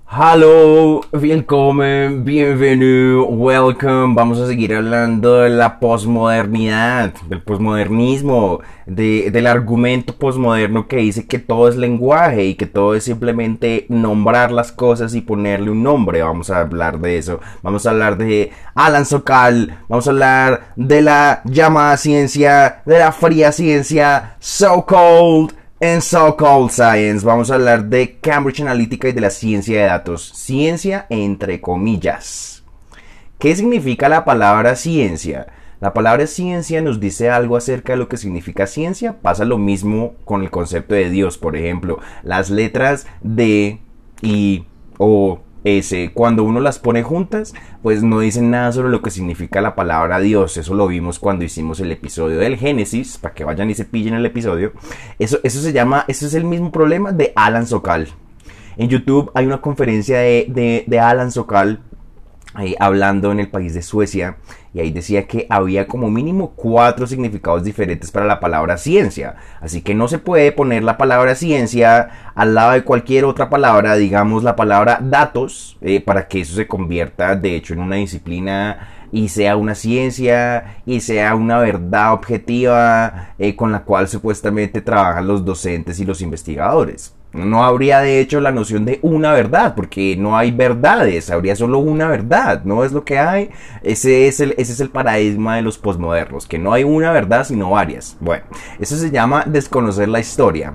Hallo, willkommen, bienvenido, welcome. Vamos a seguir hablando de la posmodernidad, del posmodernismo, del argumento posmoderno que dice que todo es lenguaje y que todo es simplemente nombrar las cosas y ponerle un nombre. Vamos a hablar de eso. Vamos a hablar de Alan Sokal, vamos a hablar de la llamada ciencia, de la fría ciencia, so-called. En So-Called Science vamos a hablar de Cambridge Analytica y de la ciencia de datos. Ciencia entre comillas. ¿Qué significa la palabra ciencia? La palabra ciencia nos dice algo acerca de lo que significa ciencia. Pasa lo mismo con el concepto de Dios, por ejemplo. Las letras D, I, O, S, cuando uno las pone juntas, pues no dicen nada sobre lo que significa la palabra Dios. Eso lo vimos cuando hicimos el episodio del Génesis, para que vayan y se pillen el episodio. Eso es el mismo problema de Alan Sokal. En YouTube hay una conferencia de Alan Sokal hablando en el país de Suecia, y ahí decía que había como mínimo 4 significados diferentes para la palabra ciencia, así que no se puede poner la palabra ciencia al lado de cualquier otra palabra, digamos la palabra datos, para que eso se convierta de hecho en una disciplina y sea una ciencia y sea una verdad objetiva con la cual supuestamente trabajan los docentes y los investigadores. No habría de hecho la noción de una verdad, porque no hay verdades, habría solo una verdad, no es lo que hay. Ese es el paradigma de los posmodernos, que no hay una verdad sino varias. Bueno, eso se llama desconocer la historia.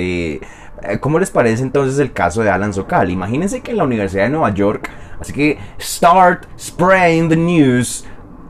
¿Cómo les parece entonces el caso de Alan Sokal? Imagínense que en la Universidad de Nueva York, así que start spreading the news,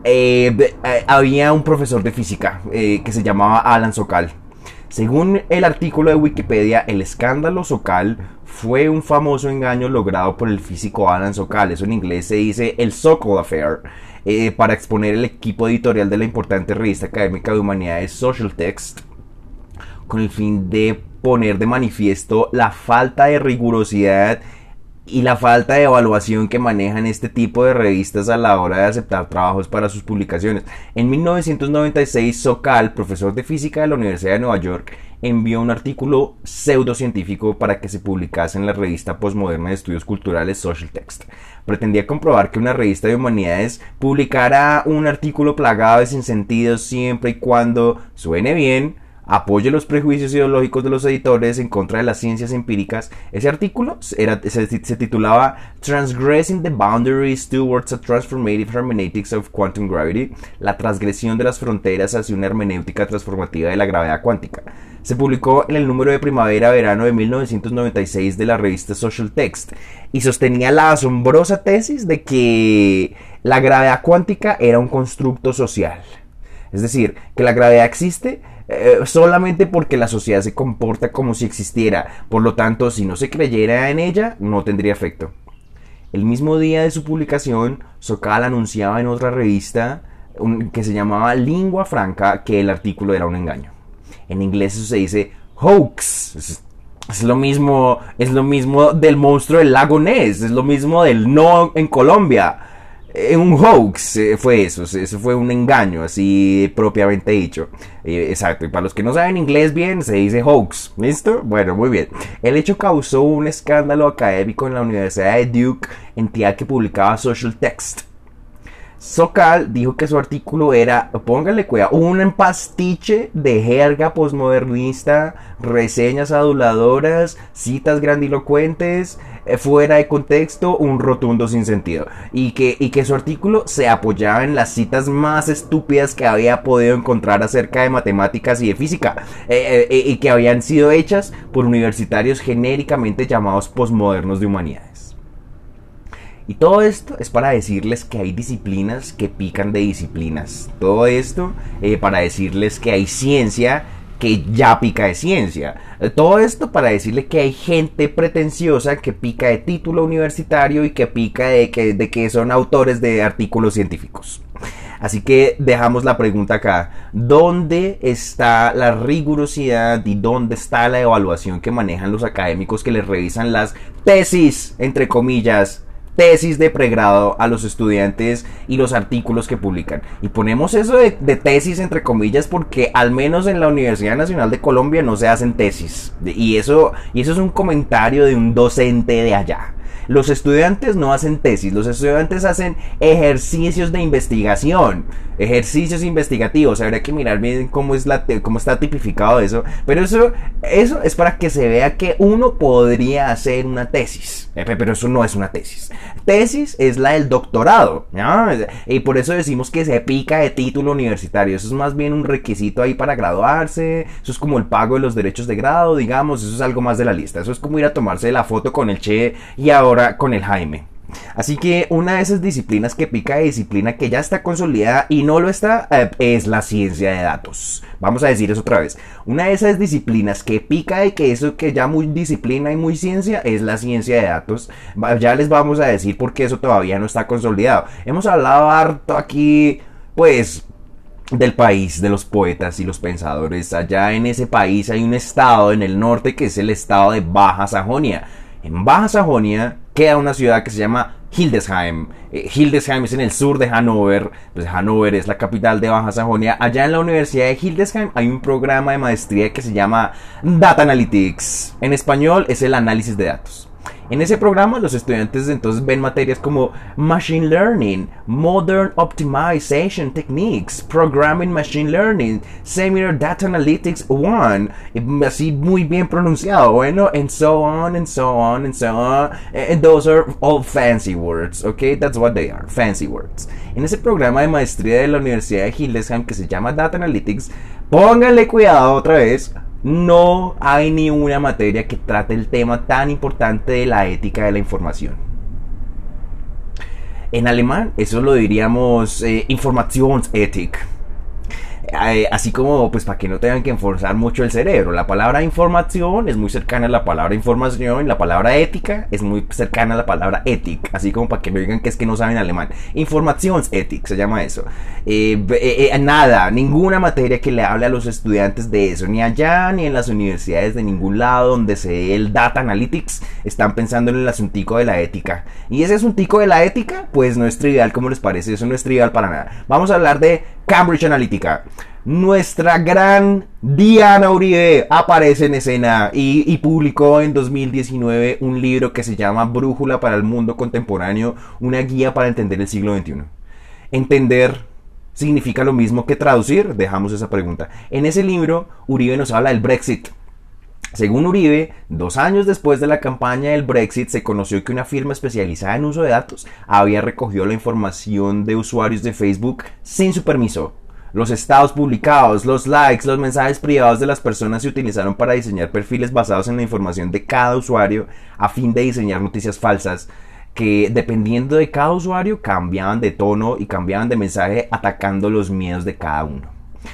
había un profesor de física que se llamaba Alan Sokal. Según el artículo de Wikipedia, el escándalo Sokal fue un famoso engaño logrado por el físico Alan Sokal. Eso en inglés se dice el Sokal Affair, para exponer el equipo editorial de la importante revista académica de humanidades Social Text, con el fin de poner de manifiesto la falta de rigurosidad y la falta de evaluación que manejan este tipo de revistas a la hora de aceptar trabajos para sus publicaciones. En 1996, Sokal, profesor de física de la Universidad de Nueva York, envió un artículo pseudocientífico para que se publicase en la revista postmoderna de estudios culturales Social Text. Pretendía comprobar que una revista de humanidades publicara un artículo plagado de sinsentidos siempre y cuando suene bien, apoye los prejuicios ideológicos de los editores en contra de las ciencias empíricas. Ese artículo se titulaba Transgressing the Boundaries Towards a Transformative Hermeneutics of Quantum Gravity, la transgresión de las fronteras hacia una hermenéutica transformativa de la gravedad cuántica. Se publicó en el número de primavera-verano de 1996 de la revista Social Text y sostenía la asombrosa tesis de que la gravedad cuántica era un constructo social. Es decir, que la gravedad existe solamente porque la sociedad se comporta como si existiera. Por lo tanto, si no se creyera en ella, no tendría efecto. El mismo día de su publicación, Sokal anunciaba en otra revista que se llamaba Lingua Franca que el artículo era un engaño. En inglés eso se dice hoax. Es lo mismo del monstruo del lago Ness. Es lo mismo del no en Colombia. Un hoax fue eso fue un engaño, así propiamente dicho. Exacto, y para los que no saben inglés bien, se dice hoax, ¿listo? Bueno, muy bien. El hecho causó un escándalo académico en la Universidad de Duke, entidad que publicaba Social Text. Sokal dijo que su artículo era, póngale cuidado, un pastiche de jerga posmodernista, reseñas aduladoras, citas grandilocuentes, fuera de contexto, un rotundo sinsentido. Y que su artículo se apoyaba en las citas más estúpidas que había podido encontrar acerca de matemáticas y de física, y que habían sido hechas por universitarios genéricamente llamados posmodernos de humanidades. Y todo esto es para decirles que hay disciplinas que pican de disciplinas. Todo esto para decirles que hay ciencia que ya pica de ciencia. Todo esto para decirle que hay gente pretenciosa que pica de título universitario y que pica de que son autores de artículos científicos. Así que dejamos la pregunta acá. ¿Dónde está la rigurosidad y dónde está la evaluación que manejan los académicos que les revisan las tesis, entre comillas, tesis de pregrado a los estudiantes y los artículos que publican? Y ponemos eso de tesis entre comillas porque al menos en la Universidad Nacional de Colombia no se hacen tesis. Y eso es un comentario de un docente de allá. Los estudiantes no hacen tesis, los estudiantes hacen ejercicios de investigación, ejercicios investigativos. Habría que mirar bien cómo está tipificado eso, pero eso es para que se vea que uno podría hacer una tesis, pero eso no es una tesis. Tesis es la del doctorado, ¿no? Y por eso decimos que se pica de título universitario. Eso es más bien un requisito ahí para graduarse. Eso es como el pago de los derechos de grado, digamos. Eso es algo más de la lista. Eso es como ir a tomarse la foto con el Che y ahora con el Jaime. Así que una de esas disciplinas que pica de disciplina que ya está consolidada y no lo está es la ciencia de datos. Vamos a decir eso otra vez. Una de esas disciplinas que pica de que eso que ya muy disciplina y muy ciencia es la ciencia de datos. Ya les vamos a decir por qué eso todavía no está consolidado. Hemos hablado harto aquí, pues, del país de los poetas y los pensadores. Allá en ese país hay un estado en el norte que es el estado de Baja Sajonia. En Baja Sajonia queda una ciudad que se llama Hildesheim. Hildesheim es en el sur de Hannover. Pues Hannover es la capital de Baja Sajonia. Allá en la Universidad de Hildesheim hay un programa de maestría que se llama Data Analytics. En español es el análisis de datos. En ese programa los estudiantes entonces ven materias como Machine Learning, Modern Optimization Techniques, Programming Machine Learning, Seminar Data Analytics 1, así muy bien pronunciado, bueno, and so on, and so on, and so on, and those are all fancy words, okay, that's what they are, fancy words. En ese programa de maestría de la Universidad de Hildesheim que se llama Data Analytics, pónganle cuidado otra vez, no hay ni una materia que trate el tema tan importante de la ética de la información. En alemán eso lo diríamos Informationsethik. Así como pues para que no tengan que esforzar mucho el cerebro. La palabra información es muy cercana a la palabra información. La palabra ética es muy cercana a la palabra Ethik. Así como para que no digan que es que no saben alemán. Informationsethik se llama eso. Nada, ninguna materia que le hable a los estudiantes de eso. Ni allá, ni en las universidades de ningún lado donde se dé el Data Analytics. Están pensando en el asuntico de la ética. Y ese asuntico de la ética pues no es trivial como les parece. Eso no es trivial para nada. Vamos a hablar de Cambridge Analytica. Nuestra gran Diana Uribe aparece en escena y publicó en 2019 un libro que se llama Brújula para el Mundo Contemporáneo, una guía para entender el siglo XXI. ¿Entender significa lo mismo que traducir? Dejamos esa pregunta. En ese libro, Uribe nos habla del Brexit. Según Uribe, 2 años después de la campaña del Brexit, se conoció que una firma especializada en uso de datos había recogido la información de usuarios de Facebook sin su permiso. Los estados publicados, los likes, los mensajes privados de las personas se utilizaron para diseñar perfiles basados en la información de cada usuario a fin de diseñar noticias falsas que, dependiendo de cada usuario, cambiaban de tono y cambiaban de mensaje atacando los miedos de cada uno.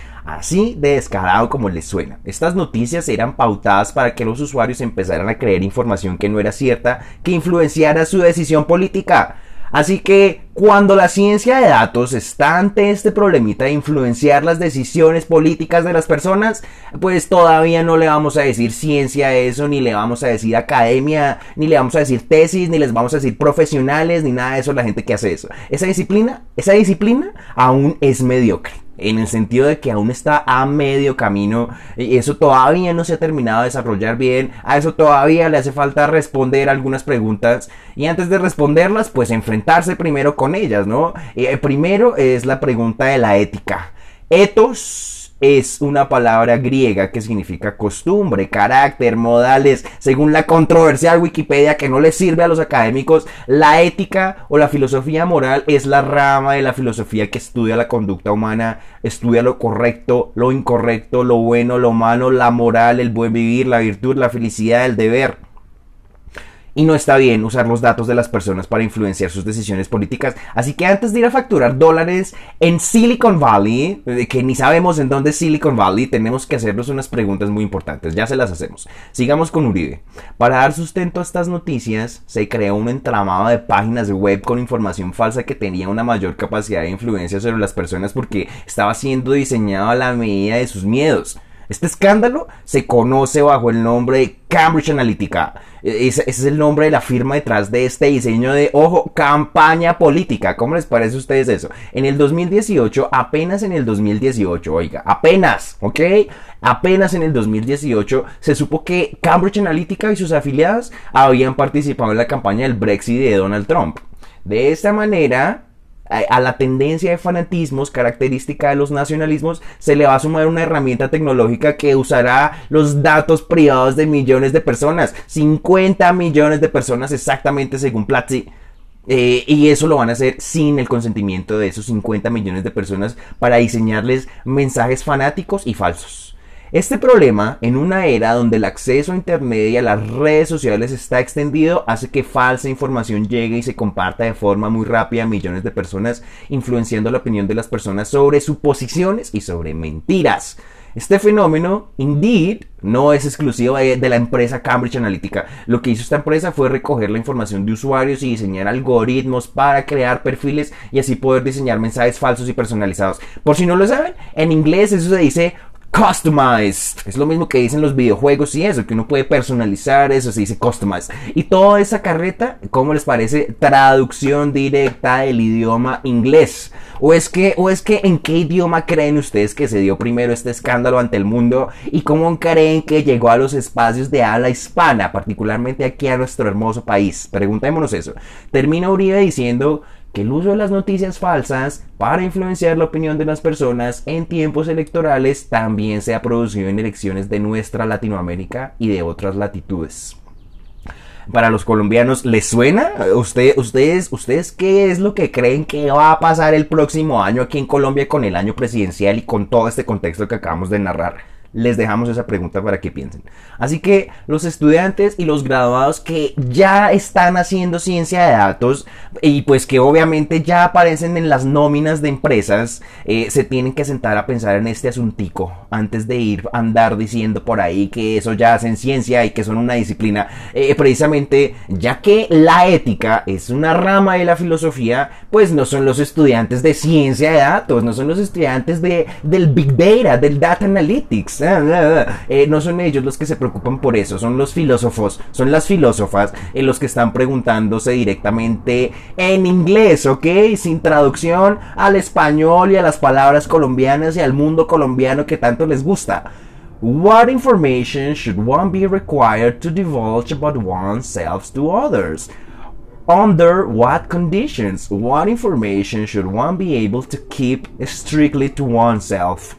Así de descarado como les suena. Estas noticias eran pautadas para que los usuarios empezaran a creer información que no era cierta, que influenciara su decisión política. Así que cuando la ciencia de datos está ante este problemita de influenciar las decisiones políticas de las personas, pues todavía no le vamos a decir ciencia a eso, ni le vamos a decir academia, ni le vamos a decir tesis, ni les vamos a decir profesionales, ni nada de eso a la gente que hace eso. Esa disciplina aún es mediocre. En el sentido de que aún está a medio camino y eso todavía no se ha terminado de desarrollar bien, a eso todavía le hace falta responder algunas preguntas y antes de responderlas pues enfrentarse primero con ellas, ¿no? Primero es la pregunta de la ética. Ethos es una palabra griega que significa costumbre, carácter, modales. Según la controversial Wikipedia que no les sirve a los académicos, la ética o la filosofía moral es la rama de la filosofía que estudia la conducta humana, estudia lo correcto, lo incorrecto, lo bueno, lo malo, la moral, el buen vivir, la virtud, la felicidad, el deber. Y no está bien usar los datos de las personas para influenciar sus decisiones políticas. Así que antes de ir a facturar dólares en Silicon Valley, que ni sabemos en dónde es Silicon Valley, tenemos que hacernos unas preguntas muy importantes. Ya se las hacemos. Sigamos con Uribe. Para dar sustento a estas noticias, se creó un entramado de páginas web con información falsa que tenía una mayor capacidad de influencia sobre las personas porque estaba siendo diseñado a la medida de sus miedos. Este escándalo se conoce bajo el nombre de Cambridge Analytica. Ese es el nombre de la firma detrás de este diseño de, ojo, campaña política. ¿Cómo les parece a ustedes eso? En el 2018, apenas en el 2018, oiga, apenas, ¿ok? Apenas en el 2018 se supo que Cambridge Analytica y sus afiliados habían participado en la campaña del Brexit de Donald Trump. De esta manera, a la tendencia de fanatismos característica de los nacionalismos se le va a sumar una herramienta tecnológica que usará los datos privados de millones de personas, 50 millones de personas exactamente según Platzi. Y eso lo van a hacer sin el consentimiento de esos 50 millones de personas para diseñarles mensajes fanáticos y falsos. Este problema, en una era donde el acceso a internet y a las redes sociales está extendido, hace que falsa información llegue y se comparta de forma muy rápida a millones de personas, influenciando la opinión de las personas sobre suposiciones y sobre mentiras. Este fenómeno, indeed, no es exclusivo de la empresa Cambridge Analytica. Lo que hizo esta empresa fue recoger la información de usuarios y diseñar algoritmos para crear perfiles y así poder diseñar mensajes falsos y personalizados. Por si no lo saben, en inglés eso se dice customized. Es lo mismo que dicen los videojuegos y eso, que uno puede personalizar, eso se dice customized. Y toda esa carreta, ¿cómo les parece? Traducción directa del idioma inglés. ¿O es que en qué idioma creen ustedes que se dio primero este escándalo ante el mundo? ¿Y cómo creen que llegó a los espacios de habla hispana, particularmente aquí a nuestro hermoso país? Preguntémonos eso. Termina Uribe diciendo que el uso de las noticias falsas para influenciar la opinión de las personas en tiempos electorales también se ha producido en elecciones de nuestra Latinoamérica y de otras latitudes. Para los colombianos, ¿les suena? ¿Ustedes qué es lo que creen que va a pasar el próximo año aquí en Colombia con el año presidencial y con todo este contexto que acabamos de narrar? Les dejamos esa pregunta para que piensen. Así que los estudiantes y los graduados que ya están haciendo ciencia de datos y pues que obviamente ya aparecen en las nóminas de empresas, se tienen que sentar a pensar en este asuntico antes de ir a andar diciendo por ahí que eso ya hacen ciencia y que son una disciplina. Precisamente ya que la ética es una rama de la filosofía, pues no son los estudiantes de ciencia de datos, no son los estudiantes del Big Data, del Data Analytics. No son ellos los que se preocupan por eso, son los filósofos, son las filósofas los que están preguntándose directamente en inglés, ¿ok? Sin traducción al español y a las palabras colombianas y al mundo colombiano que tanto les gusta. What information should one be required to divulge about oneself to others? Under what conditions? What information should one be able to keep strictly to oneself?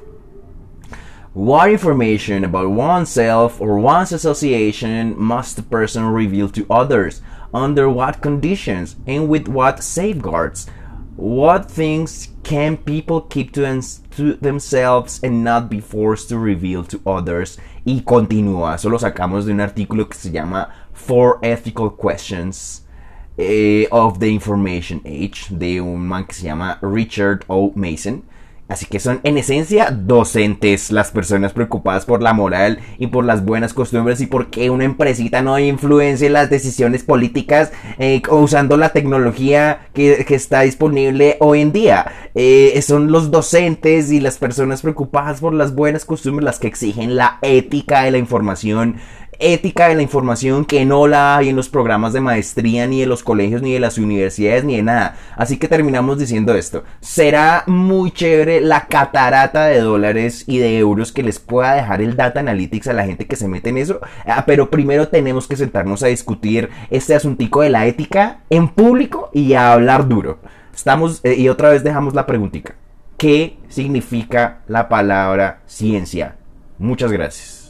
What information about oneself or one's association must the person reveal to others? Under what conditions and with what safeguards? What things can people keep to themselves and not be forced to reveal to others? Y continúa, eso lo sacamos de un artículo que se llama Four Ethical Questions of the Information Age, de un man que se llama Richard O. Mason. Así que son en esencia docentes las personas preocupadas por la moral y por las buenas costumbres y por qué una empresita no influencia en las decisiones políticas usando la tecnología que está disponible hoy en día. Son los docentes y las personas preocupadas por las buenas costumbres las que exigen la ética de la información. Ética de la información que no la hay en los programas de maestría, ni de los colegios, ni de las universidades, ni de nada. Así que terminamos diciendo esto. Será muy chévere la catarata de dólares y de euros que les pueda dejar el Data Analytics a la gente que se mete en eso. Pero primero tenemos que sentarnos a discutir este asuntico de la ética en público y a hablar duro. Y otra vez dejamos la preguntita. ¿Qué significa la palabra ciencia? Muchas gracias.